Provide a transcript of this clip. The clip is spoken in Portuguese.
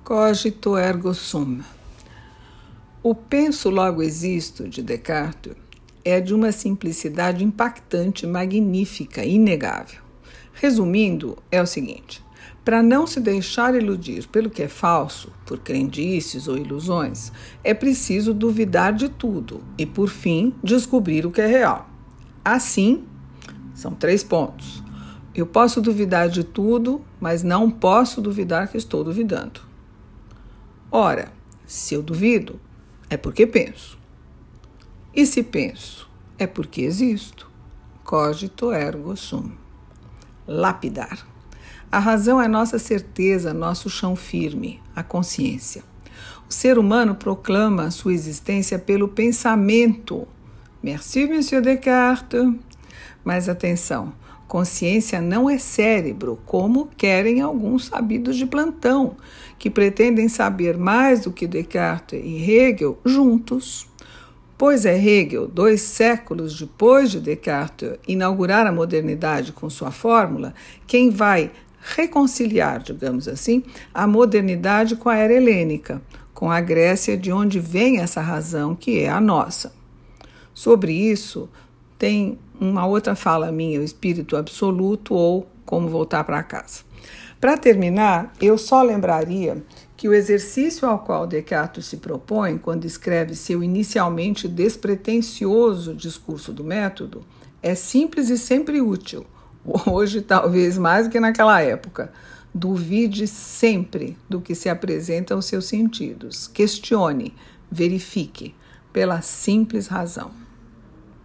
Cogito ergo sum. O penso logo existo de Descartes é de uma simplicidade impactante, magnífica, inegável. Resumindo, é o seguinte: para não se deixar iludir pelo que é falso, por crendices ou ilusões, é preciso duvidar de tudo e, por fim, descobrir o que é real. Assim, são 3 pontos. Eu posso duvidar de tudo, mas não posso duvidar que estou duvidando. Ora, se eu duvido, é porque penso. E se penso, é porque existo. Cogito ergo sum. Lapidar. A razão é nossa certeza, nosso chão firme, a consciência. O ser humano proclama sua existência pelo pensamento. Merci, Monsieur Descartes. Mas atenção, consciência não é cérebro, como querem alguns sabidos de plantão, que pretendem saber mais do que Descartes e Hegel juntos. Pois é Hegel, 2 séculos depois de Descartes inaugurar a modernidade com sua fórmula, quem vai reconciliar, digamos assim, a modernidade com a era helênica, com a Grécia, de onde vem essa razão que é a nossa. Sobre isso, tem uma outra fala minha, o espírito absoluto ou como voltar para casa. Para terminar, eu só lembraria que o exercício ao qual Descartes se propõe quando escreve seu inicialmente despretensioso discurso do método é simples e sempre útil. Hoje, talvez mais do que naquela época. Duvide sempre do que se apresenta aos seus sentidos. Questione, verifique, pela simples razão.